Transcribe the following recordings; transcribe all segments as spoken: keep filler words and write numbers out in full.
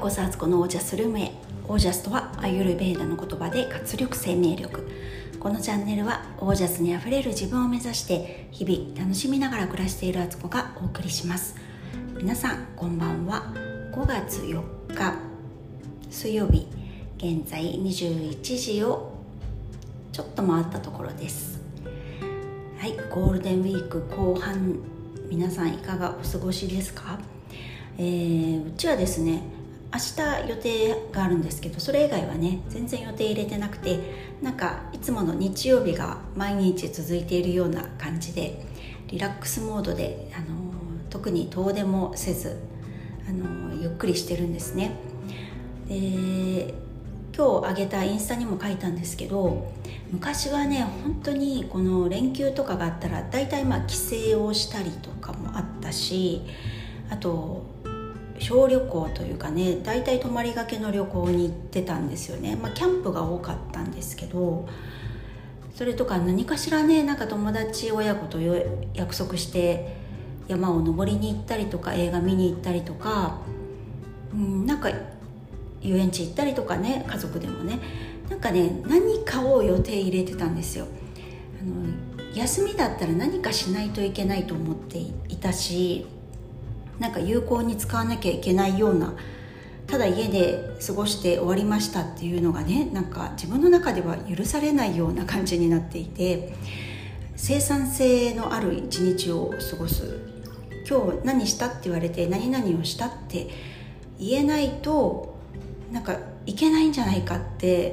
こそアツコのオージャスルームへ。オージャスとはアユルベーダの言葉で活力、生命力。このチャンネルはオージャスにあふれる自分を目指して日々楽しみながら暮らしているアツコがお送りします。皆さんこんばんは。ごがつよっか水曜日、現在にじゅういちじをちょっと回ったところです。はい、ゴールデンウィーク後半、皆さんいかがお過ごしですか？えー、うちはですね、明日予定があるんですけど、それ以外はね全然予定入れてなくて、なんかいつもの日曜日が毎日続いているような感じで、リラックスモードで、あの特に遠出もせず、あのゆっくりしてるんですね。で、今日あげたインスタにも書いたんですけど、昔はね本当にこの連休とかがあったらだいたいまあ帰省をしたりとかもあったし、あと小旅行というかね、だいたい泊まりがけの旅行に行ってたんですよね。まあキャンプが多かったんですけど、それとか何かしらね、なんか友達親子と約束して山を登りに行ったりとか、映画見に行ったりとか、うん、なんか遊園地行ったりとかね、家族でもね、なんかね何かを予定入れてたんですよ。あの休みだったら何かしないといけないと思っていたし、なんか有効に使わなきゃいけないような、ただ家で過ごして終わりましたっていうのがね、なんか自分の中では許されないような感じになっていて、生産性のある一日を過ごす、今日何したって言われて何々をしたって言えないとなんかいけないんじゃないかって、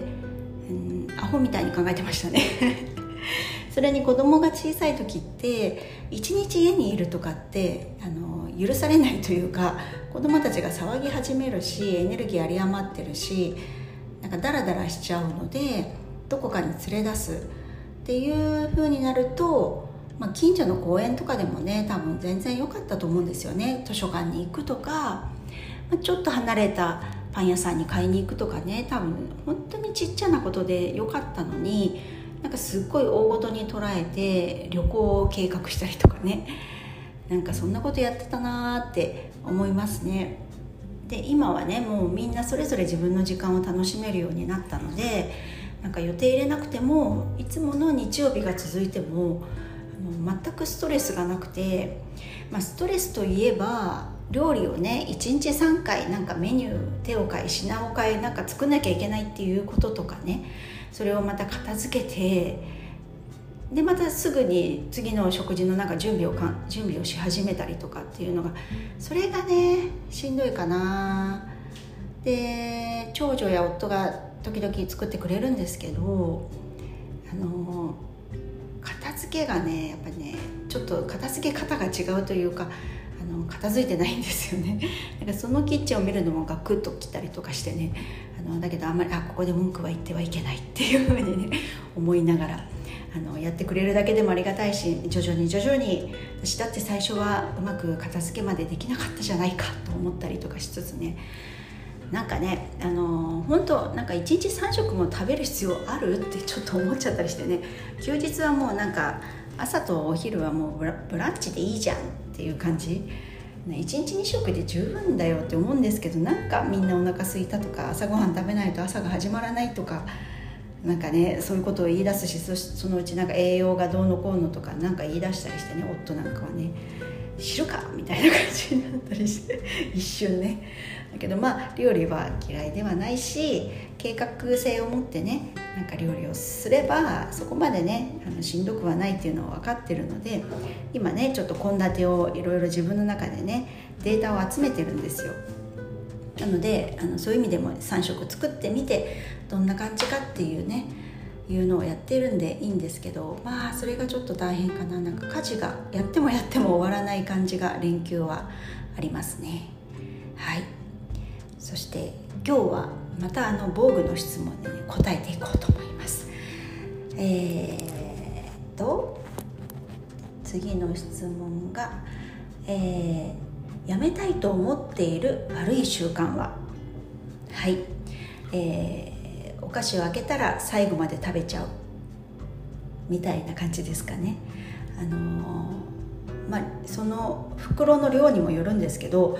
うん、アホみたいに考えてましたねそれに子供が小さい時って一日家にいるとかってあの許されないというか、子供たちが騒ぎ始めるし、エネルギー有り余ってるし、なんかダラダラしちゃうので、どこかに連れ出すっていう風になると、まあ、近所の公園とかでもね多分全然良かったと思うんですよね。図書館に行くとか、まあ、ちょっと離れたパン屋さんに買いに行くとかね、多分本当にちっちゃなことで良かったのに、なんかすっごい大ごとに捉えて旅行を計画したりとかね、なんかそんなことやってたなーって思いますね。で、今はねもうみんなそれぞれ自分の時間を楽しめるようになったので、なんか予定入れなくてもいつもの日曜日が続いてもあの全くストレスがなくて、まあ、ストレスといえば料理をねいちにちさんかいなんかメニュー手を変え品を変えなんか作んなきゃいけないっていうこととかね、それをまた片付けて、でまたすぐに次の食事のなんか準備をか準備をし始めたりとかっていうのが、それがねしんどいかな。で、長女や夫が時々作ってくれるんですけど、あの片付けがねやっぱりねちょっと片付け方が違うというか、あの片付いてないんですよね。なんかそのキッチンを見るのもガクッときたりとかしてね、あのだけどあんまりあここで文句は言ってはいけないっていうふうにね思いながら、あのやってくれるだけでもありがたいし、徐々に徐々に、私だって最初はうまく片付けまでできなかったじゃないかと思ったりとかしつつね、なんかねあの本当なんかいちにちさんしょくも食べる必要あるってちょっと思っちゃったりしてね、休日はもうなんか朝とお昼はもうブ ラ, ブランチでいいじゃんっていう感じ、いちにちにしょくで十分だよって思うんですけど、なんかみんなお腹空いたとか、朝ごはん食べないと朝が始まらないとか、なんかねそういうことを言い出すし、 そ, そのうちなんか栄養がどうのこうのとかなんか言い出したりしてね、夫なんかはね知るかみたいな感じになったりして一瞬ね。だけどまあ料理は嫌いではないし、計画性を持ってねなんか料理をすればそこまでねあのしんどくはないっていうのは分かってるので、今ねちょっと献立をいろいろ自分の中でねデータを集めてるんですよ。なのであのそういう意味でもさんしょく作ってみてどんな感じかっていうねいうのをやってるんでいいんですけど、まあそれがちょっと大変かな。なんか家事がやってもやっても終わらない感じが連休はありますね。はい。そして今日はまたあの防具の質問でね答えていこうと思います。えー、っと次の質問が、えー、やめたいと思っている悪い習慣は、はい、えー、お菓子を開けたら最後まで食べちゃうみたいな感じですかね。あのーまあ、その袋の量にもよるんですけど、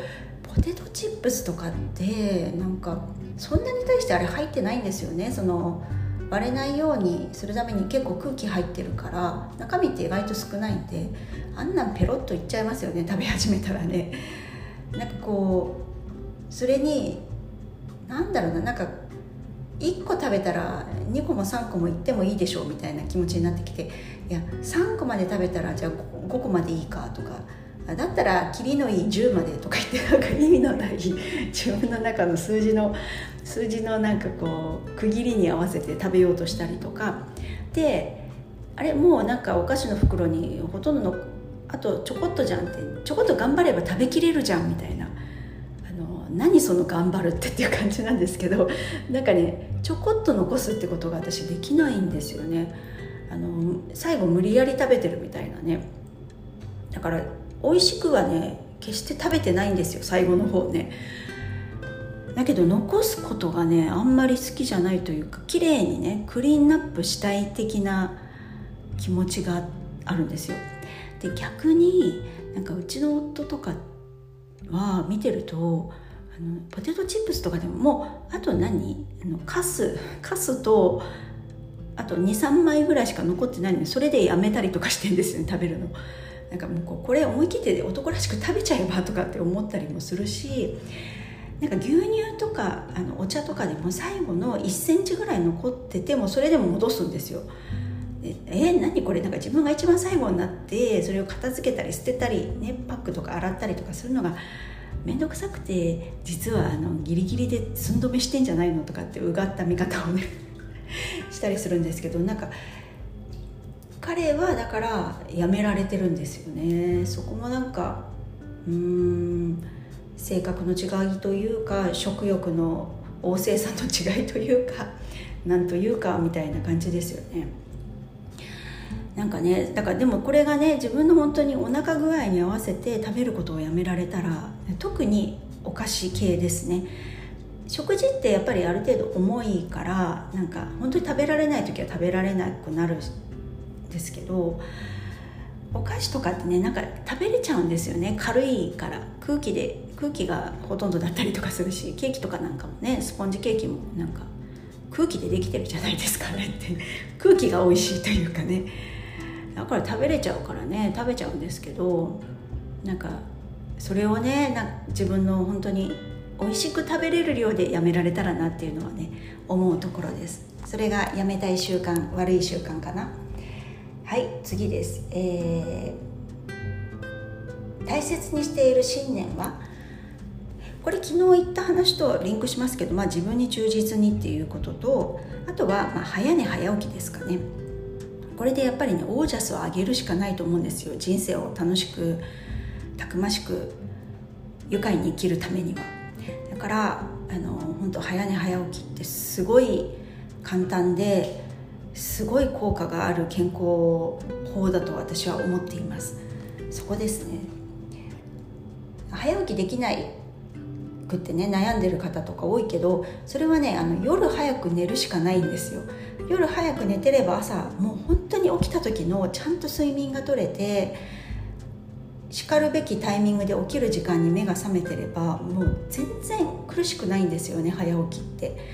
ポテトチップスとかってなんかそんなに対してあれ入ってないんですよね。その割れないようにするために結構空気入ってるから中身って意外と少ないんで、あんなんペロッといっちゃいますよね、食べ始めたらね。なんかこうそれになんだろうな、なんかいっこ食べたらにこもさんこもいってもいいでしょうみたいな気持ちになってきて、いやさんこまで食べたらじゃあごこまでいいかとか、だったらキリのいいじゅうまでとか言って、なんか意味のない自分の中の数字の数字のなんかこう区切りに合わせて食べようとしたりとかで、あれもうなんかお菓子の袋にほとんどのあとちょこっとじゃんって、ちょこっと頑張れば食べきれるじゃんみたいな、あの何その頑張るってっていう感じなんですけど、なんかねちょこっと残すってことが私できないんですよね。あの最後無理やり食べてるみたいなね。だから美味しくはね決して食べてないんですよ、最後の方ね。だけど残すことがねあんまり好きじゃないというか、綺麗にねクリーンナップしたい的な気持ちがあるんですよ。で逆になんかうちの夫とかは見てると、あのポテトチップスとかでももうあと何あのカスカスとあと にさんまいぐらいしか残ってないのに、それでやめたりとかしてるんですよね、食べるの。なんかもうこれ思い切って男らしく食べちゃえばとかって思ったりもするし、なんか牛乳とかあのお茶とかでも最後のいっセンチぐらい残っててもそれでも戻すんですよ。でえー、何これ、なんか自分が一番最後になってそれを片付けたり捨てたり、ね、パックとか洗ったりとかするのがめんどくさくて、実はあのギリギリで寸止めしてんじゃないのとかってうがった見方をねしたりするんですけど、なんか彼はだからやめられてるんですよね。そこもなんかうーん性格の違いというか、食欲の旺盛さの違いというか、なんというかみたいな感じですよね。なんかね、だからでもこれがね自分の本当にお腹具合に合わせて食べることをやめられたら、特にお菓子系ですね。食事ってやっぱりある程度重いから、なんか本当に食べられない時は食べられなくなるんですけど、お菓子とかってねなんか食べれちゃうんですよね。軽いから空気で空気がほとんどだったりとかするし、ケーキとかなんかもね、スポンジケーキもなんか空気でできてるじゃないですかねって空気が美味しいというかね、だから食べれちゃうからね食べちゃうんですけど、なんかそれをねな自分の本当に美味しく食べれる量でやめられたらなっていうのはね思うところです。それがやめたい習慣、悪い習慣かな。はい、次です、えー、大切にしている信念は、これ昨日言った話とリンクしますけど、まあ、自分に忠実にっていうことと、あとはまあ早寝早起きですかね。これでやっぱりねオージャスを上げるしかないと思うんですよ。人生を楽しくたくましく愉快に生きるためには。だからあの本当早寝早起きってすごい簡単ですごい効果がある健康法だと私は思っています。そこですね。早起きできないくってね悩んでる方とか多いけど、それはねあの夜早く寝るしかないんですよ。夜早く寝てれば朝もう本当に起きた時のちゃんと睡眠が取れて、しかるべきタイミングで起きる時間に目が覚めてればもう全然苦しくないんですよね、早起きって。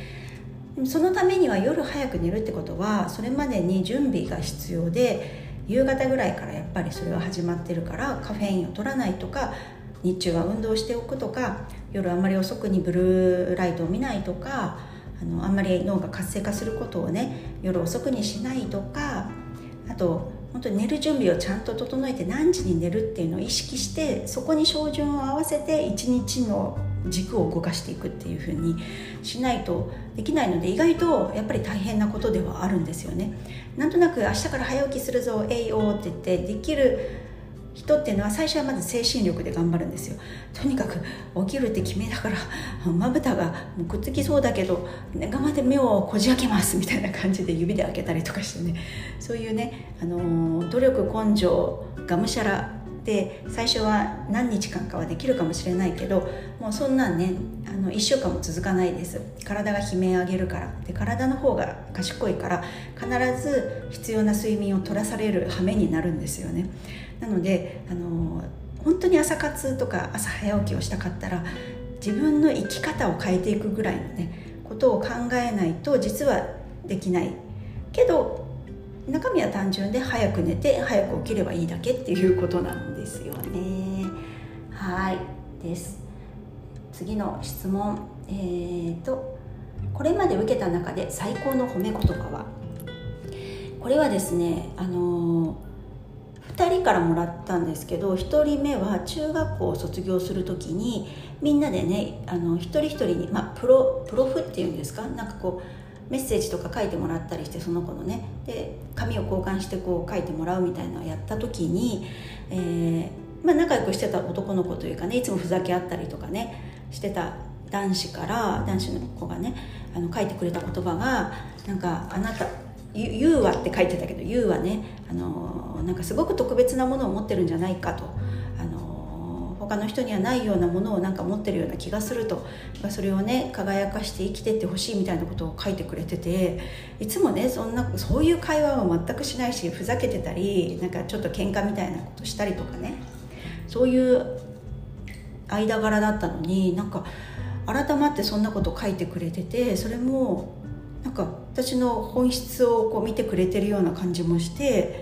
そのためには夜早く寝るってことはそれまでに準備が必要で、夕方ぐらいからやっぱりそれは始まってるから、カフェインを取らないとか、日中は運動しておくとか、夜あんまり遅くにブルーライトを見ないとか、あのあんまり脳が活性化することをね夜遅くにしないとか、あと本当に寝る準備をちゃんと整えて何時に寝るっていうのを意識して、そこに照準を合わせて一日の軸を動かしていくっていう風にしないとできないので、意外とやっぱり大変なことではあるんですよね。なんとなく明日から早起きするぞえいおーって言ってできる人っていうのは最初はまず精神力で頑張るんですよ。とにかく起きるって決めたからまぶたがもうくっつきそうだけど頑張って目をこじ開けますみたいな感じで指で開けたりとかしてね、そういうね、あのー、努力根性がむしゃらで最初は何日間かはできるかもしれないけど、もうそんなんねあのいっしゅうかんも続かないです。体が悲鳴上げるから。で体の方が賢いから必ず必要な睡眠を取らされる羽目になるんですよね。なのであの本当に朝活とか朝早起きをしたかったら自分の生き方を変えていくぐらいのねことを考えないと実はできないけど、中身は単純で早く寝て早く起きればいいだけっていうことなんですよね。はいです。次の質問、えーとこれまで受けた中で最高の褒め言葉は。これはですね、あのー、ふたりからもらったんですけど、ひとりめは中学校を卒業するときにみんなでね、あの一人一人に、まあ、プロ、プロフっていうんですか、なんかこうメッセージとか書いてもらったりして、その子のねで紙を交換してこう書いてもらうみたいなのをやったときに、えーまあ、仲良くしてた男の子というかね、いつもふざけ合ったりとかねしてた男子から男子の子がねあの書いてくれた言葉がなんかあなたユーはって書いてたけど、ユーはねあのなんかすごく特別なものを持ってるんじゃないかと、あの他の人にはないようなものをなんか持ってるような気がすると、それをね輝かして生きてってほしいみたいなことを書いてくれてて、いつもねそんなそういう会話は全くしないし、ふざけてたりなんかちょっと喧嘩みたいなことしたりとかね、そういう間柄だったのに、なんか改まってそんなこと書いてくれてて、それもなんか私の本質をこう見てくれてるような感じもして、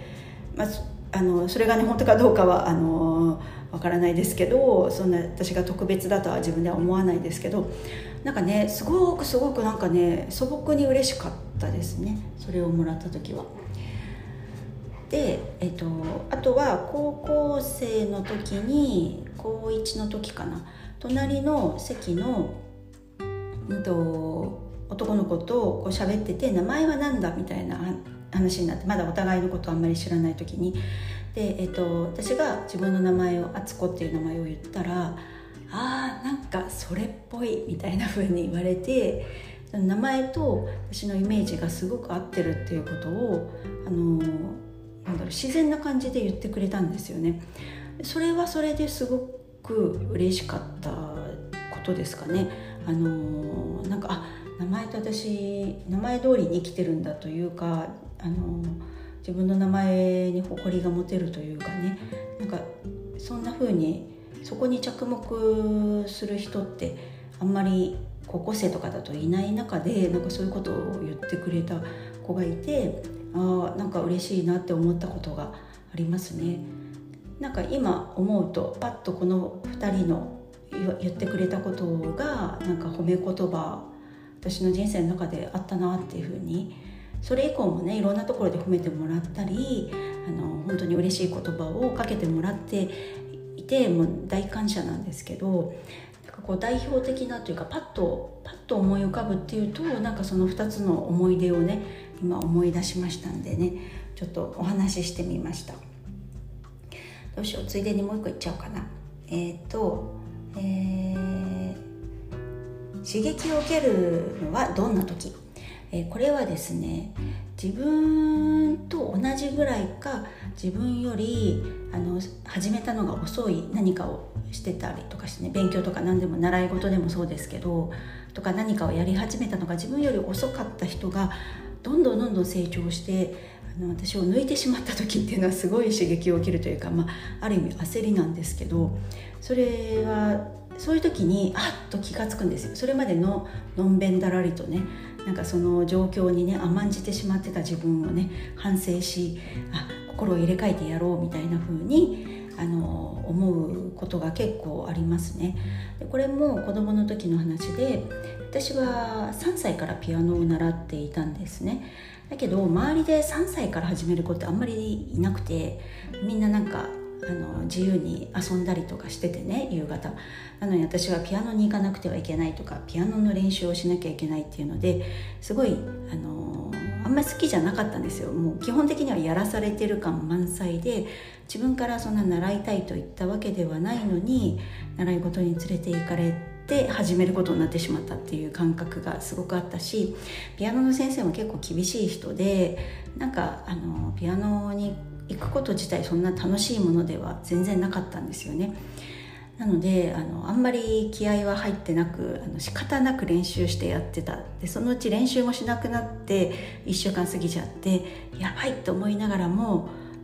まあ、あのそれがね本当かどうかはあのわからないですけど、そんな私が特別だとは自分では思わないですけど、なんかねすごくすごくなんかね素朴に嬉しかったですね、それをもらった時は。で、えっと、あとは高校生の時に高いちの時かな、隣の席の、うんと男の子とこう喋ってて、名前はなんだみたいな話になって、まだお互いのことあんまり知らない時に、で、えっと、私が自分の名前をあつこっていう名前を言ったら、あーなんかそれっぽいみたいな風に言われて、名前と私のイメージがすごく合ってるっていうことをあのなんだろう自然な感じで言ってくれたんですよね。それはそれですごく嬉しかったことですかね。あのなんかあ名前と私名前通りに生きてるんだというか、あの自分の名前に誇りが持てるというかね、なんかそんな風にそこに着目する人ってあんまり高校生とかだといない中で、なんかそういうことを言ってくれた子がいて、あなんか嬉しいなって思ったことがありますね。なんか今思うとパッとこのふたりの言ってくれたことがなんか褒め言葉私の人生の中であったなっていうふうに、それ以降もねいろんなところで褒めてもらったり、あの本当に嬉しい言葉をかけてもらっていて、もう大感謝なんですけど、なんかこう代表的なというかパッとパッと思い浮かぶっていうと、なんかそのふたつの思い出をね今思い出しましたんでね、ちょっとお話ししてみました。どうしよう、ついでにもう一個言っちゃおうかな。えっと、えー、刺激を受けるのはどんな時？えー、これはですね、自分と同じぐらいか自分よりあの始めたのが遅い何かをしてたりとかしてね、勉強とか何でも習い事でもそうですけどとか何かをやり始めたのが自分より遅かった人がどんどんどんどん成長してあの私を抜いてしまった時っていうのはすごい刺激を受けるというか、まあ、ある意味焦りなんですけど、それはそういう時にあっと気がつくんですよ。それまでののんべんだらりとね、なんかその状況にね甘んじてしまってた自分をね反省し、あ心を入れ替えてやろうみたいな風にあの思うことが結構ありますね。でこれも子供の時の話で、私はさんさいからピアノを習っていたんですね。だけど周りでさんさいから始める子ってあんまりいなくて、みんななんかあの自由に遊んだりとかしててね、夕方なのに私はピアノに行かなくてはいけないとかピアノの練習をしなきゃいけないっていうのですごいあのあんまり好きじゃなかったんですよ。もう基本的にはやらされてる感満載で、自分からそんな習いたいと言ったわけではないのに習い事に連れて行かれて始めることになってしまったっていう感覚がすごくあったし、ピアノの先生も結構厳しい人で、なんかあのピアノに行くこと自体そんな楽しいものでは全然なかったんですよね。なのであのあんまり気合は入ってなく、あの仕方なく練習してやってた。でそのうち練習もしなくなっていっしゅうかん過ぎちゃってやばいと思いながらも、あ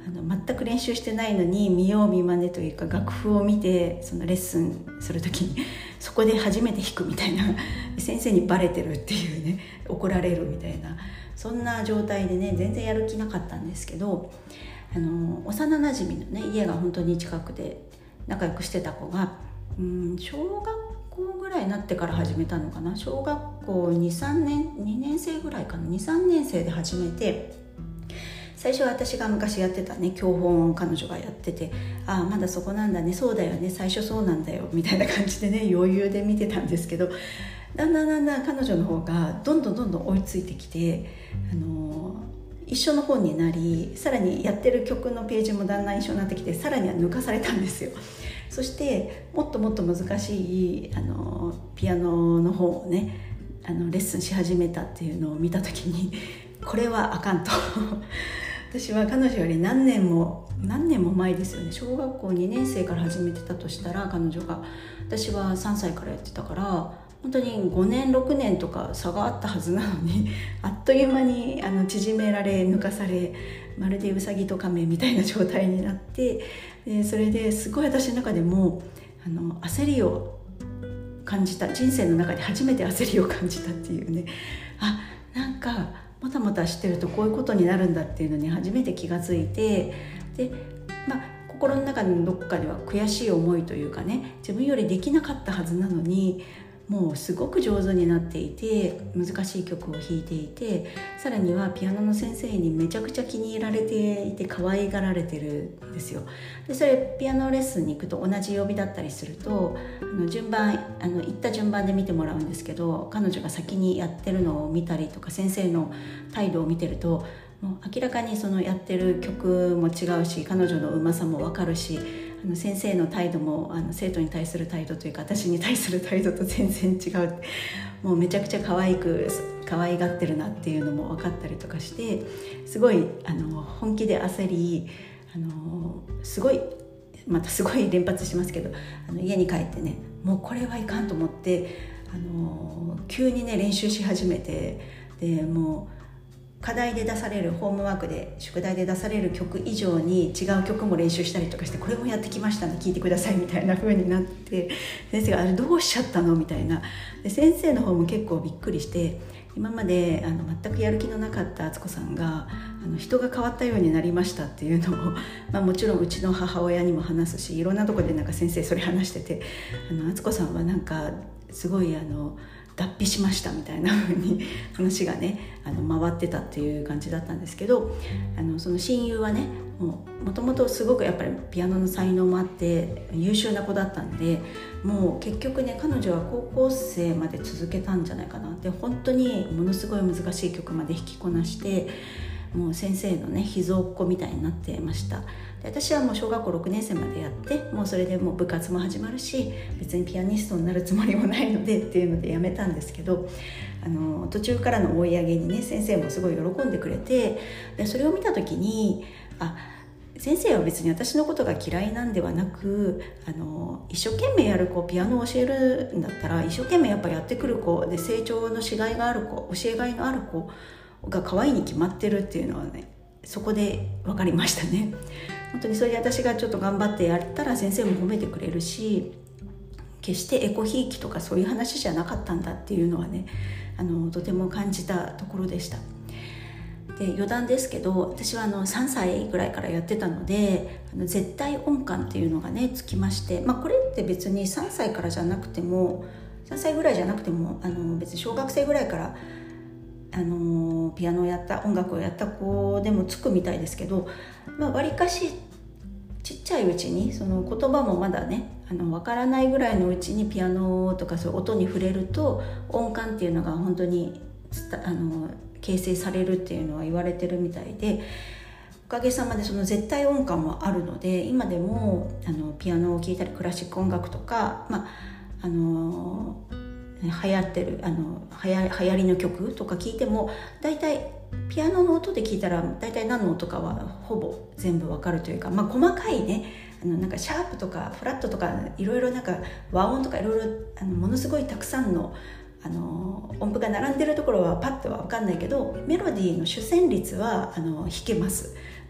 あの全く練習してないのに見よう見まねというか楽譜を見てそのレッスンする時にそこで初めて弾くみたいな先生にバレてるっていうね、怒られるみたいな、そんな状態でね全然やる気なかったんですけど、あの幼なじみのね家が本当に近くで仲良くしてた子が、うん小学校ぐらいになってから始めたのかな、小学校に、さんねんにねん生ぐらいかな、に、さんねん生で始めて、最初は私が昔やってたね教本を彼女がやってて、ああまだそこなんだね、そうだよね、最初そうなんだよみたいな感じでね余裕で見てたんですけど、だんだんだんだん彼女の方がどんどんどんどん追いついてきて、あのー、一緒の本になり、さらにやってる曲のページもだんだん一緒になってきて、さらには抜かされたんですよ。そしてもっともっと難しいあのピアノの方をねあのレッスンし始めたっていうのを見た時に、これはあかんと私は彼女より何年も何年も前ですよね、小学校にねん生から始めてたとしたら、彼女が、私はさんさいからやってたから本当にごねんろくねんとか差があったはずなのに、あっという間にあの縮められ抜かされ、まるでウサギとカメみたいな状態になって、でそれですごい私の中でもあの焦りを感じた、人生の中で初めて焦りを感じたっていうね、あなんかもたもたしてるとこういうことになるんだっていうのに初めて気がついて、でまあ心の中のどこかでは悔しい思いというかね、自分よりできなかったはずなのにもうすごく上手になっていて、難しい曲を弾いていて、さらにはピアノの先生にめちゃくちゃ気に入られていて可愛がられてるんですよ。でそれピアノレッスンに行くと同じ曜日だったりすると、あの順番あの行った順番で見てもらうんですけど、彼女が先にやってるのを見たりとか、先生の態度を見てると、もう明らかにそのやってる曲も違うし、彼女のうまさも分かるし、あの先生の態度もあの生徒に対する態度というか私に対する態度と全然違う、もうめちゃくちゃ可愛く可愛がってるなっていうのも分かったりとかして、すごいあの本気で焦り、あのすごいまたすごい連発しますけど、あの家に帰ってね、もうこれはいかんと思って、あの急にね練習し始めて、でもう課題で出される、ホームワークで宿題で出される曲以上に違う曲も練習したりとかして、これもやってきましたね、聞いてくださいみたいな風になって、先生があれどうしちゃったのみたいな、で先生の方も結構びっくりして、今まであの全くやる気のなかった敦子さんがあの人が変わったようになりましたっていうのを、まあ、もちろんうちの母親にも話すし、いろんなとこでなんか先生それ話してて、あの敦子さんはなんかすごいあの脱皮しましたみたいな風に話がねあの回ってたっていう感じだったんですけど、あのその親友はねもともとすごくやっぱりピアノの才能もあって優秀な子だったんで、もう結局ね彼女は高校生まで続けたんじゃないかな。で本当にものすごい難しい曲まで弾きこなして、もう先生のね秘蔵っ子みたいになってました。で私はもう小学校ろくねん生までやって、もうそれでもう部活も始まるし、別にピアニストになるつもりもないのでっていうのでやめたんですけど、あの途中からの追い上げにね先生もすごい喜んでくれて、でそれを見た時に、あ先生は別に私のことが嫌いなんではなく、あの一生懸命やる子、ピアノを教えるんだったら一生懸命やっぱやってくる子で、成長のしがいがある子、教えがいのある子が可愛いに決まってるっていうのはね、そこで分かりましたね。本当にそれで私がちょっと頑張ってやったら先生も褒めてくれるし、決してエコひいきとかそういう話じゃなかったんだっていうのはね、あのとても感じたところでした。で余談ですけど、私はあのさんさいぐらいからやってたので、あの絶対音感っていうのがねつきまして、まあ、これって別にさんさいからじゃなくてもさんさいぐらいじゃなくても、あの別に小学生ぐらいからあのピアノをやった音楽をやった子でもつくみたいですけど、まあ、割かしちっちゃいうちにその言葉もまだねあの分からないぐらいのうちにピアノとかそういう音に触れると音感っていうのが本当にあの形成されるっていうのは言われてるみたいで、おかげさまでその絶対音感もあるので、今でもあのピアノを聴いたりクラシック音楽とか、まああの流行ってるあの流行、流行りの曲とか聴いても、だいたいピアノの音で聴いたらだいたい何の音かはほぼ全部わかるというか、まあ、細かいねあのなんかシャープとかフラットとかいろいろなんか和音とかいろいろあのものすごいたくさんのあの音符が並んでるところはパッとは分かんないけど、メロディーの主旋律はあの弾けます。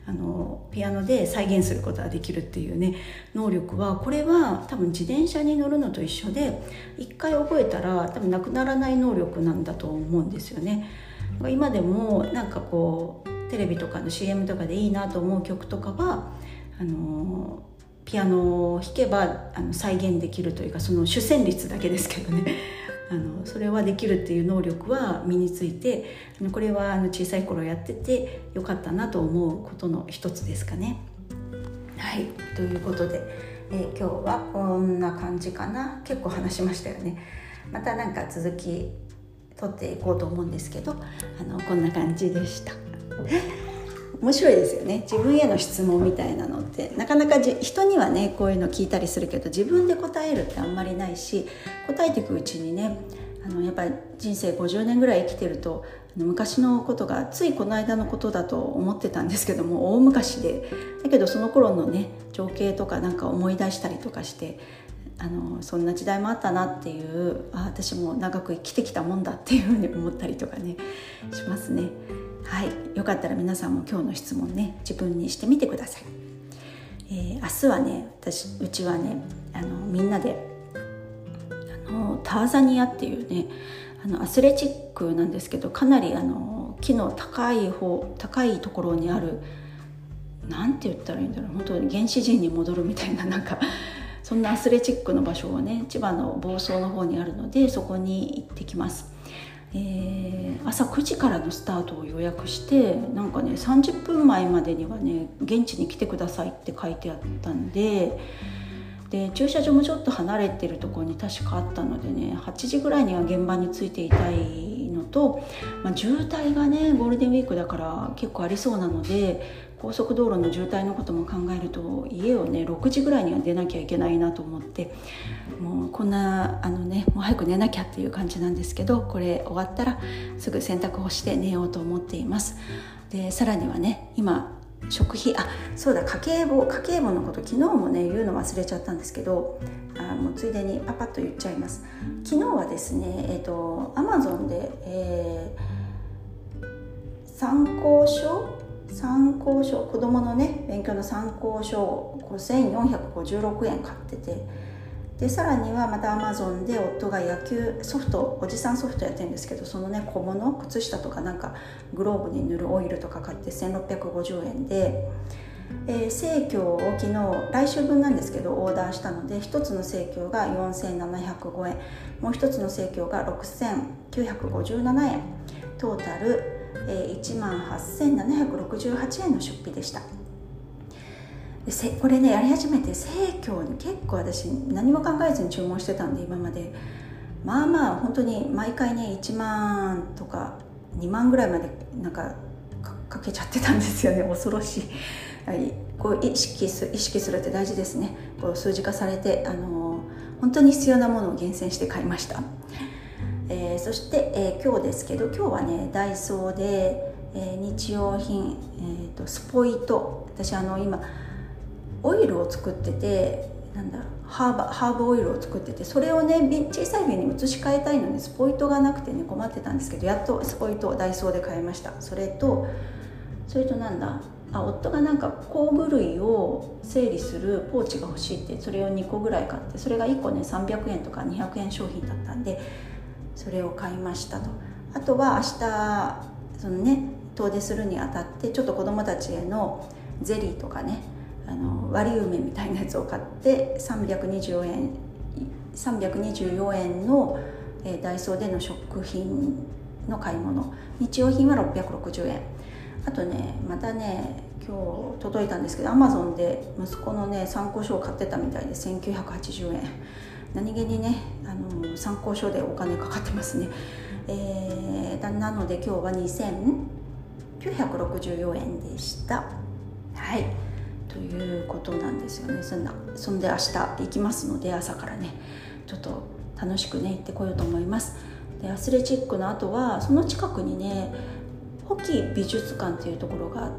あのピアノで再現することができるっていうね能力は、これは多分自転車に乗るのと一緒で、一回覚えたら多分なくならない能力なんだと思うんですよね。今でもなんかこうテレビとかの シーエム とかでいいなと思う曲とかはあのピアノを弾けばあの再現できるというか、その主旋律だけですけどねあのそれはできるっていう能力は身について、あのこれはあの小さい頃やっててよかったなと思うことの一つですかね。はい、ということで、えー、今日はこんな感じかな。結構話しましたよね。またなんか続き取っていこうと思うんですけど、あのこんな感じでした面白いですよね。自分への質問みたいなのってなかなかじ人にはねこういうの聞いたりするけど、自分で答えるってあんまりないし、答えていくうちにね、あのやっぱり人生ごじゅうねんぐらい生きてると、昔のことがついこの間のことだと思ってたんですけども、大昔で、だけどその頃のね情景とかなんか思い出したりとかして、あのそんな時代もあったなっていう、あ私も長く生きてきたもんだっていうふうに思ったりとかねしますね。はい、よかったら皆さんも今日の質問ね自分にしてみてください。えー、明日はね私うちはねあのみんなであのターザニアっていうねあのアスレチックなんですけど、かなりあの木の高い方高いところにある、なんて言ったらいいんだろう、本当に原始人に戻るみたいな、なんかそんなアスレチックの場所はね千葉の房総の方にあるので、そこに行ってきます。えー、朝くじからのスタートを予約して、なんかねさんじゅっぷんまえまでにはね現地に来てくださいって書いてあったんで、で駐車場もちょっと離れてるところに確かあったのでね、はちじぐらいには現場に着いていたいのと、まあ、渋滞がねゴールデンウィークだから結構ありそうなので、高速道路の渋滞のことも考えると家をねろくじぐらいには出なきゃいけないなと思って、もうこんなあのねもう早く寝なきゃっていう感じなんですけど、これ終わったらすぐ洗濯をして寝ようと思っています。でさらにはね今食費、あそうだ家計簿家計簿のこと昨日もね言うの忘れちゃったんですけど、あもうついでにパパッと言っちゃいます。昨日はですねえっ、ー、と Amazon で、えー、参考書参考書子供のね勉強の参考書をごせんよんひゃくごじゅうろくえん買ってて、でさらにはまた Amazon で夫が野球ソフトおじさんソフトやってるんですけど、そのね小物靴下とかなんかグローブに塗るオイルとか買ってせんろっぴゃくごじゅうえんで、えー、生協を昨日来週分なんですけどオーダーしたので、ひとつの生協がよんせんななひゃくごえん、もうひとつの生協がろくせんきゅうひゃくごじゅうななえん、トータルいちまんはっせんななひゃくろくじゅうはちえんの出費でした。でこれねやり始めて生協に結構私何も考えずに注文してたんで、今までまあまあ本当に毎回ねいちまんとかにまんぐらいまでなんか か, かけちゃってたんですよね。恐ろしい。はい、こう意識す意識するって大事ですね。こう数字化されて、あの本当に必要なものを厳選して買いました。えー、そして、えー、今日ですけど、今日はねダイソーで、えー、日用品、えー、とスポイト、私あの今オイルを作ってて、なんだろうハーバハーブオイルを作ってて、それをね小さい瓶に移し替えたいのでスポイトがなくてね困ってたんですけど、やっとスポイトをダイソーで買いました。それとそれとなんだあ夫がなんか工具類を整理するポーチが欲しいって、それをにこぐらい買って、それがいっこねさんびゃくえんとかにひゃくえん商品だったんでそれを買いましたと。あとは明日そのね遠出するにあたってちょっと子どもたちへのゼリーとかね、あの割り梅みたいなやつを買ってさんびゃくにじゅうよえんさんびゃくにじゅうよえんの、えー、ダイソーでの食品の買い物、日用品はろっぴゃくろくじゅうえん。あとねまたね今日届いたんですけど、 Amazon で息子のね参考書を買ってたみたいでせんきゅうひゃくはちじゅうえん、何気にねあの参考書でお金かかってますね。えー、なので今日はにせんきゅうひゃくろくじゅうよえんでした。はいということなんですよね。そんなそんで明日行きますので、朝からねちょっと楽しくね行ってこようと思います。でアスレチックの後はその近くにね保木美術館っていうところがあって、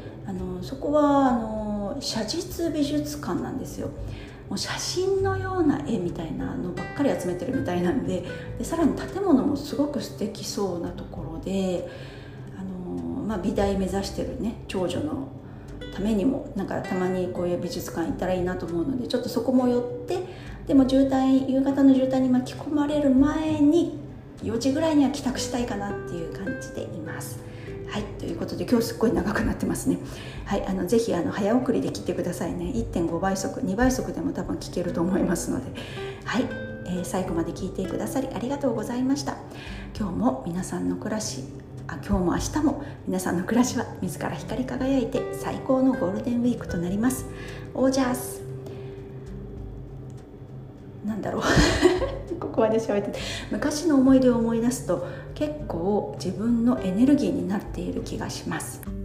あのそこはあの写実美術館なんですよ。もう写真のような絵みたいなのばっかり集めてるみたいなんで、でさらに建物もすごく素敵そうなところで、あの、まあ、美大目指してるね長女のためにもなんかたまにこういう美術館行ったらいいなと思うので、ちょっとそこも寄って、でも渋滞夕方の渋滞に巻き込まれる前によじぐらいには帰宅したいかなっていう感じでいます。はい、ということで今日すっごい長くなってますね。はい、あのぜひあの早送りで聞いてくださいね。いってんごばい速、にばい速でも多分聞けると思いますので、はい、えー、最後まで聞いてくださりありがとうございました。今日も皆さんの暮らしあ今日も明日も皆さんの暮らしは自ら光り輝いて最高のゴールデンウィークとなります。オージャースなんだろうここまで喋ってて、昔の思い出を思い出すと結構自分のエネルギーになっている気がします。